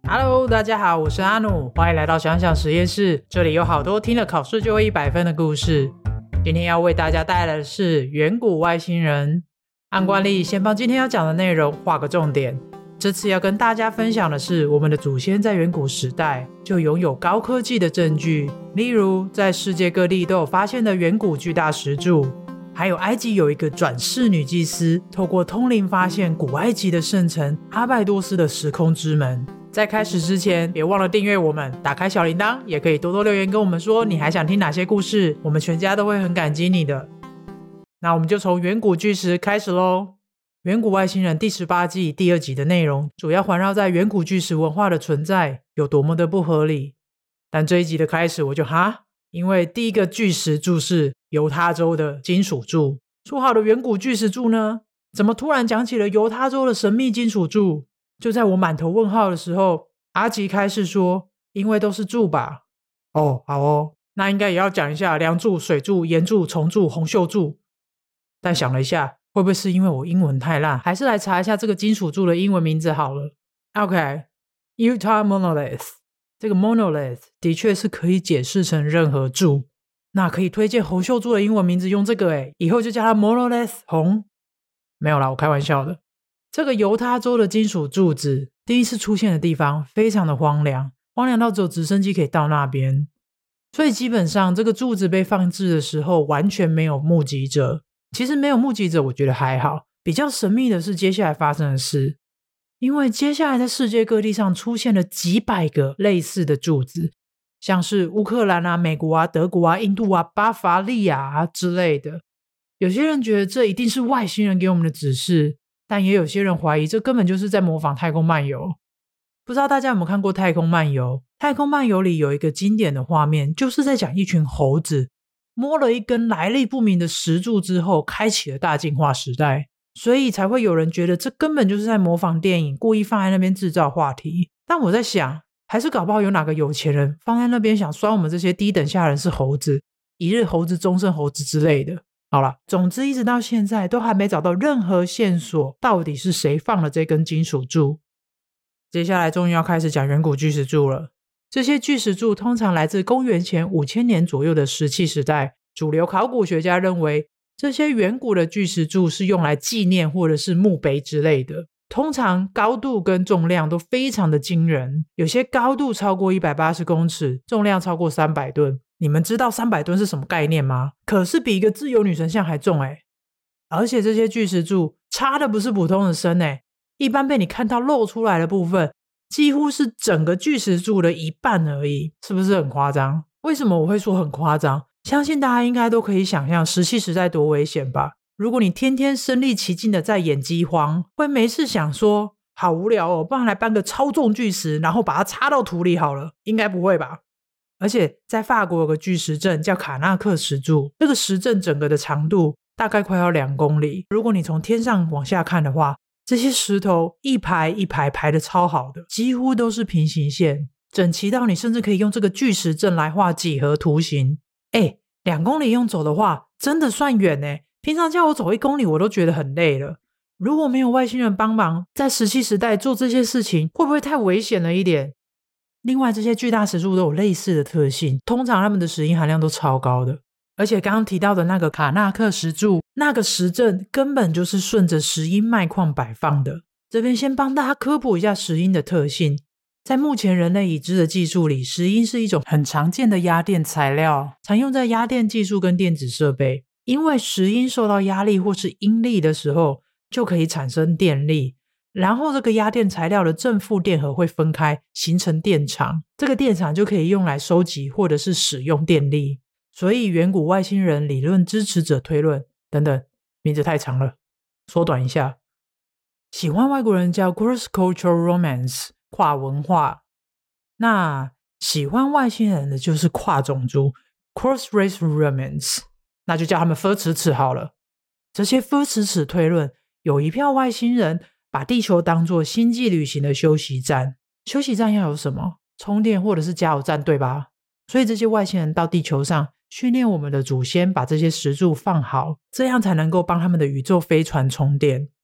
Hello， 大家好，我是阿努，欢迎来到想想实验室。这里有好多听了考试就会100分的故事。今天要为大家带来的是远古外星人。按惯例，先帮今天要讲的内容画个重点。这次要跟大家分享的是，我们的祖先在远古时代就拥有高科技的证据，例如在世界各地都有发现的远古巨大石柱，还有埃及有一个转世女祭司，透过通灵发现古埃及的圣城阿拜多斯的时空之门。在开始之前，别忘了订阅我们，打开小铃铛，也可以多多留言跟我们说你还想听哪些故事，我们全家都会很感激你的。那我们就从远古巨石开始咯。远古外星人第18季第2集的内容主要环绕在远古巨石文化的存在有多么的不合理。但这一集的开始我就因为第一个巨石柱是犹他州的金属柱。说好的远古巨石柱呢？怎么突然讲起了犹他州的神秘金属柱？就在我满头问号的时候，阿吉开始说，因为都是柱吧。哦，好哦，那应该也要讲一下梁柱、水柱、岩柱、虫柱、红锈柱。但想了一下，会不会是因为我英文太烂，还是来查一下这个金属柱的英文名字好了。OK，Utah Monolith。 这个 monolith 的确是可以解释成任何柱，那可以推荐红锈柱的英文名字用这个耶，以后就叫它 monolith 红。没有啦，我开玩笑的。这个犹他州的金属柱子第一次出现的地方非常的荒凉，荒凉到只有直升机可以到那边，所以基本上这个柱子被放置的时候完全没有目击者。其实没有目击者我觉得还好，比较神秘的是接下来发生的事。因为接下来在世界各地上出现了几百个类似的柱子，像是乌克兰啊、美国啊、德国啊、印度啊、巴伐利亚啊之类的。有些人觉得这一定是外星人给我们的指示，但也有些人怀疑这根本就是在模仿太空漫游。不知道大家有没有看过太空漫游？太空漫游里有一个经典的画面，就是在讲一群猴子摸了一根来历不明的石柱之后开启了大进化时代，所以才会有人觉得这根本就是在模仿电影，故意放在那边制造话题。但我在想，还是搞不好有哪个有钱人放在那边想酸我们这些低等下人是猴子，一日猴子终身猴子之类的。好了，总之一直到现在都还没找到任何线索，到底是谁放了这根金属柱。接下来终于要开始讲远古巨石柱了。这些巨石柱通常来自公元前5000年左右的石器时代，主流考古学家认为这些远古的巨石柱是用来纪念或者是墓碑之类的，通常高度跟重量都非常的惊人，有些高度超过180公尺，重量超过300吨。你们知道300吨是什么概念吗？可是比一个自由女神像还重耶。而且这些巨石柱插的不是普通的深耶，一般被你看到露出来的部分几乎是整个巨石柱的一半而已，是不是很夸张？为什么我会说很夸张？相信大家应该都可以想象石器时代多危险吧。如果你天天身临其境的在演饥荒，会没事想说好无聊哦，不然来搬个超重巨石然后把它插到土里好了，应该不会吧。而且在法国有个巨石阵叫卡纳克石柱，这个石阵整个的长度大概快要2公里，如果你从天上往下看的话，这些石头一排一排排的超好的，几乎都是平行线，整齐到你甚至可以用这个巨石阵来画几何图形。2公里用走的话真的算远耶，平常叫我走1公里我都觉得很累了。如果没有外星人帮忙，在石器时代做这些事情会不会太危险了一点？另外这些巨大石柱都有类似的特性，通常它们的石英含量都超高的。而且刚刚提到的那个卡纳克石柱，那个石阵根本就是顺着石英脉矿摆放的。这边先帮大家科普一下石英的特性。在目前人类已知的技术里，石英是一种很常见的压电材料，常用在压电技术跟电子设备。因为石英受到压力或是应力的时候就可以产生电力，然后这个压电材料的正负电荷会分开形成电场，这个电场就可以用来收集或者是使用电力。所以远古外星人理论支持者推论等等，名字太长了，缩短一下。喜欢外国人叫 cross cultural romance， 跨文化。那喜欢外星人的就是跨种族 cross race romance， 那就叫他们 fur 齿齿好了。这些 fur 齿齿推论，有一票外星人把地球当作星际旅行的休息站。休息站要有什么？充电或者是加油站，对吧？所以这些外星人到地球上训练我们的祖先把这些石柱放好，这样才能够帮他们的宇宙飞船充电。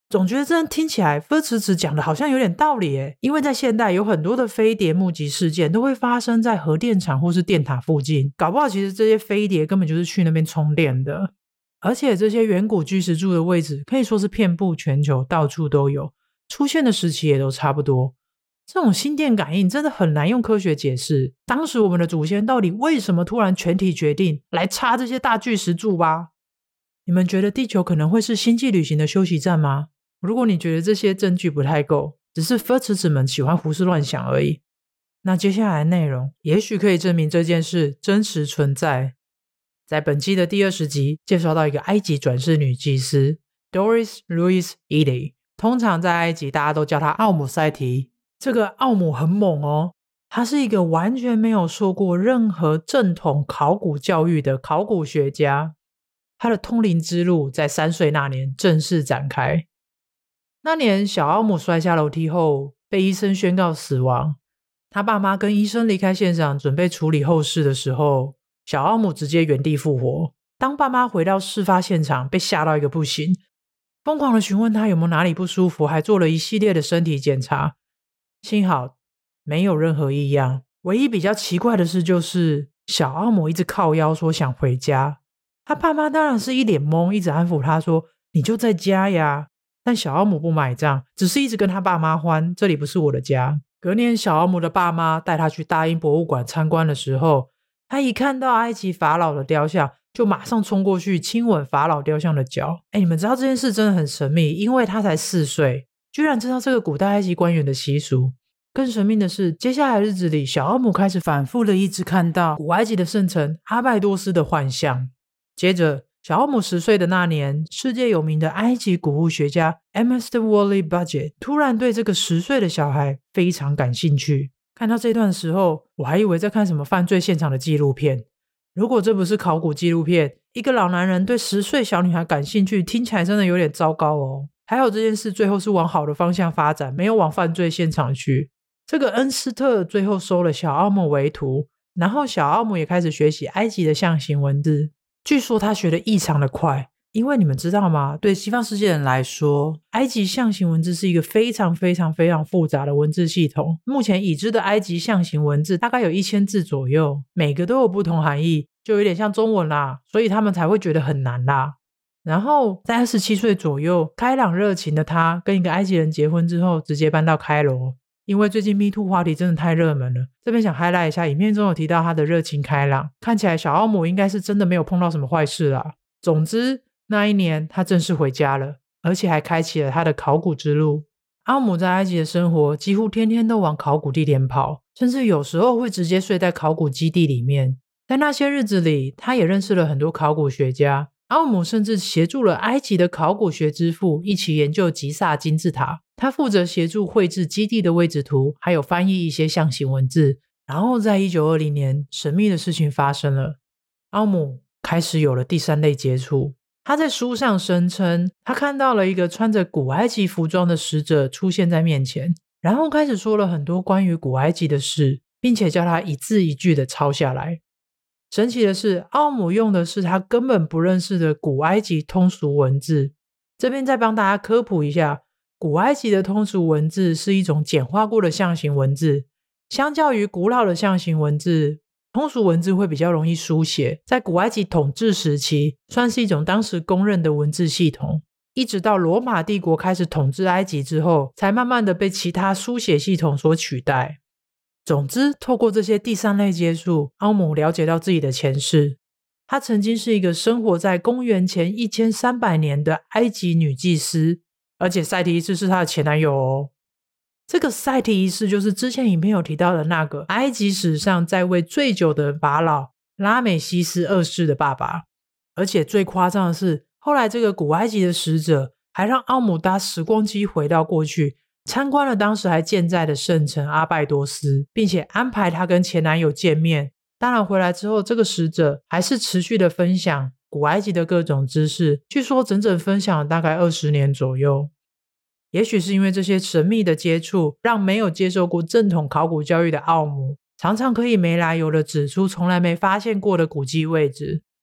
总觉得这样听起来菲茨茨讲的好像有点道理耶，因为在现代有很多的飞碟目击事件都会发生在核电厂或是电塔附近，搞不好其实这些飞碟根本就是去那边充电的。而且这些远古巨石柱的位置可以说是遍布全球，到处都有，出现的时期也都差不多。这种心电感应真的很难用科学解释，当时我们的祖先到底为什么突然全体决定来插这些大巨石柱吧？你们觉得地球可能会是星际旅行的休息站吗？如果你觉得这些证据不太够，只是菲茨茨们喜欢胡思乱想而已，那接下来的内容也许可以证明这件事真实存在。在本季的第20集介绍到一个埃及转世女祭司 Doris Louise Edey， 通常在埃及大家都叫她奥姆赛提。这个奥姆很猛哦，她是一个完全没有受过任何正统考古教育的考古学家，她的通灵之路在3岁那年正式展开。那年小奥姆摔下楼梯后被医生宣告死亡，他爸妈跟医生离开现场准备处理后事的时候，小奥姆直接原地复活。当爸妈回到事发现场，被吓到一个不行，疯狂的询问他有没有哪里不舒服，还做了一系列的身体检查，幸好没有任何异样。唯一比较奇怪的事就是小奥姆一直靠腰说想回家，他爸妈当然是一脸懵，一直安抚他说你就在家呀。但小奥姆不买账，只是一直跟他爸妈欢，这里不是我的家。隔年小奥姆的爸妈带他去大英博物馆参观的时候，他一看到埃及法老的雕像就马上冲过去亲吻法老雕像的脚。你们知道这件事真的很神秘，因为他才4岁居然知道这个古代埃及官员的习俗。更神秘的是，接下来的日子里小奥姆开始反复的一直看到古埃及的圣城阿拜多斯的幻象。接着小奥姆10岁的那年，世界有名的埃及古物学家 Ernest Wally Budget 突然对这个10岁的小孩非常感兴趣。看到这段的时候，我还以为在看什么犯罪现场的纪录片。如果这不是考古纪录片，一个老男人对10岁小女孩感兴趣，听起来真的有点糟糕哦。还好这件事最后是往好的方向发展，没有往犯罪现场去。这个恩斯特最后收了小奥姆为徒，然后小奥姆也开始学习埃及的象形文字。据说他学得异常的快，因为你们知道吗？对西方世界人来说，埃及象形文字是一个非常非常非常复杂的文字系统。目前已知的埃及象形文字大概有1000字左右，每个都有不同含义，就有点像中文啦，所以他们才会觉得很难啦。然后在27岁左右，开朗热情的他跟一个埃及人结婚之后，直接搬到开罗。因为最近 MeToo 话题真的太热门了，这边想 highlight 一下，影片中有提到他的热情开朗，看起来小奥姆应该是真的没有碰到什么坏事啦。总之那一年他正式回家了，而且还开启了他的考古之路。奥姆在埃及的生活几乎天天都往考古地点跑，甚至有时候会直接睡在考古基地里面。在那些日子里，他也认识了很多考古学家，奥姆甚至协助了埃及的考古学之父一起研究吉萨金字塔。他负责协助绘制基地的位置图，还有翻译一些象形文字。然后在1920年，神秘的事情发生了，奥姆开始有了第3类接触。他在书上声称，他看到了一个穿着古埃及服装的使者出现在面前，然后开始说了很多关于古埃及的事，并且叫他一字一句的抄下来。神奇的是，奥姆用的是他根本不认识的古埃及通俗文字。这边再帮大家科普一下，古埃及的通俗文字是一种简化过的象形文字，相较于古老的象形文字，通俗文字会比较容易书写。在古埃及统治时期，算是一种当时公认的文字系统，一直到罗马帝国开始统治埃及之后，才慢慢的被其他书写系统所取代。总之，透过这些第3类接触，奥姆了解到自己的前世。她曾经是一个生活在公元前1300年的埃及女祭司，而且赛提一世是她的前男友哦。这个赛提一世就是之前影片有提到的那个埃及史上在位最久的法老拉美西斯2世的爸爸。而且最夸张的是，后来这个古埃及的使者还让奥姆搭时光机回到过去，参观了当时还健在的圣城阿拜多斯，并且安排他跟前男友见面。当然回来之后，这个使者还是持续的分享古埃及的各种知识，据说整整分享了大概20年左右。也许是因为这些神秘的接触，让没有接受过正统考古教育的奥姆常常可以没来由的指出从来没发现过的古迹位置。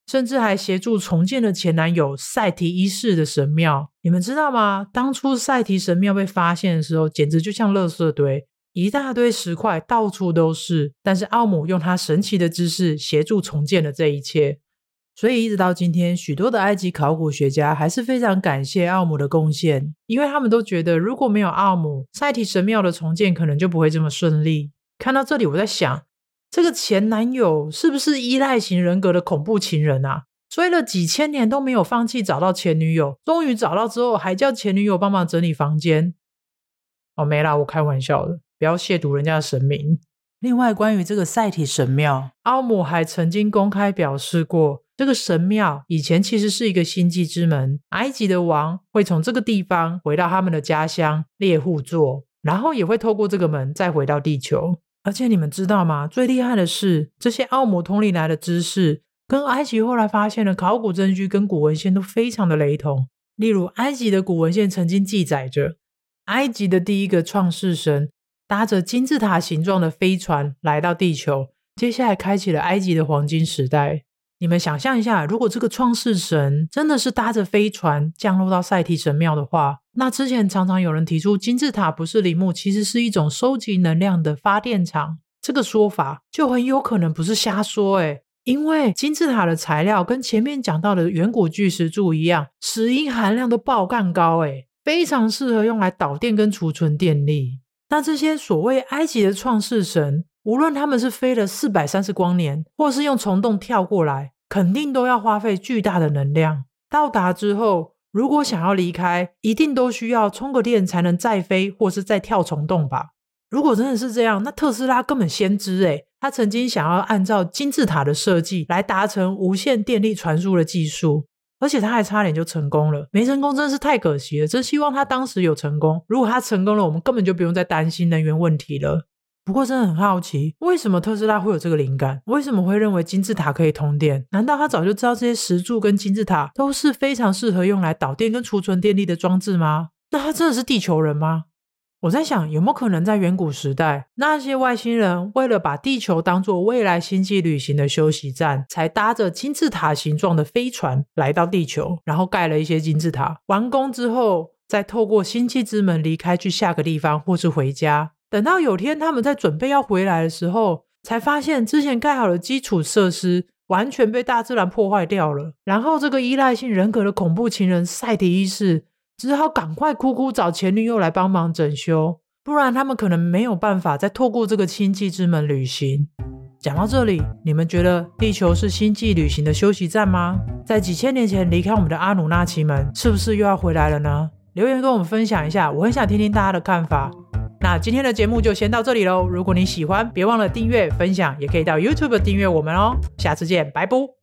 甚至还协助重建了前男友赛提一世的神庙。你们知道吗？当初赛提神庙被发现的时候，简直就像垃圾堆，一大堆石块到处都是，但是奥姆用他神奇的知识协助重建了这一切。所以一直到今天，许多的埃及考古学家还是非常感谢奥姆的贡献，因为他们都觉得如果没有奥姆，赛提神庙的重建可能就不会这么顺利。看到这里我在想，这个前男友是不是依赖型人格的恐怖情人啊？追了几千年都没有放弃找到前女友，终于找到之后还叫前女友帮忙整理房间。没啦，我开玩笑的，不要亵渎人家的神明。另外关于这个赛提神庙，奥姆还曾经公开表示过，这个神庙以前其实是一个星际之门，埃及的王会从这个地方回到他们的家乡猎户座，然后也会透过这个门再回到地球。而且你们知道吗？最厉害的是，这些奥姆通灵来的知识跟埃及后来发现的考古证据跟古文献都非常的雷同。例如埃及的古文献曾经记载着，埃及的第一个创世神搭着金字塔形状的飞船来到地球，接下来开启了埃及的黄金时代。你们想象一下，如果这个创世神真的是搭着飞船降落到赛提神庙的话，那之前常常有人提出金字塔不是陵墓，其实是一种收集能量的发电厂，这个说法就很有可能不是瞎说因为金字塔的材料跟前面讲到的远古巨石柱一样，石英含量都爆干高非常适合用来导电跟储存电力。那这些所谓埃及的创世神，无论他们是飞了430光年，或是用虫洞跳过来，肯定都要花费巨大的能量。到达之后，如果想要离开，一定都需要充个电才能再飞，或是再跳虫洞吧。如果真的是这样，那特斯拉根本先知他曾经想要按照金字塔的设计来达成无线电力传输的技术，而且他还差点就成功了。没成功真是太可惜了，真希望他当时有成功。如果他成功了，我们根本就不用再担心能源问题了。不过真的很好奇，为什么特斯拉会有这个灵感？为什么会认为金字塔可以通电？难道他早就知道这些石柱跟金字塔都是非常适合用来导电跟储存电力的装置吗？那他真的是地球人吗？我在想，有没有可能在远古时代，那些外星人为了把地球当作未来星际旅行的休息站，才搭着金字塔形状的飞船来到地球，然后盖了一些金字塔，完工之后再透过星际之门离开去下个地方或是回家。等到有天他们在准备要回来的时候，才发现之前盖好的基础设施完全被大自然破坏掉了。然后这个依赖性人格的恐怖情人赛提一世只好赶快哭哭找前女友来帮忙整修，不然他们可能没有办法再透过这个星际之门旅行。讲到这里，你们觉得地球是星际旅行的休息站吗？在几千年前离开我们的阿努纳奇们，是不是又要回来了呢？留言跟我们分享一下，我很想听听大家的看法。那今天的节目就先到这里咯，如果你喜欢，别忘了订阅分享，也可以到 YouTube 订阅我们哦。下次见，拜拜。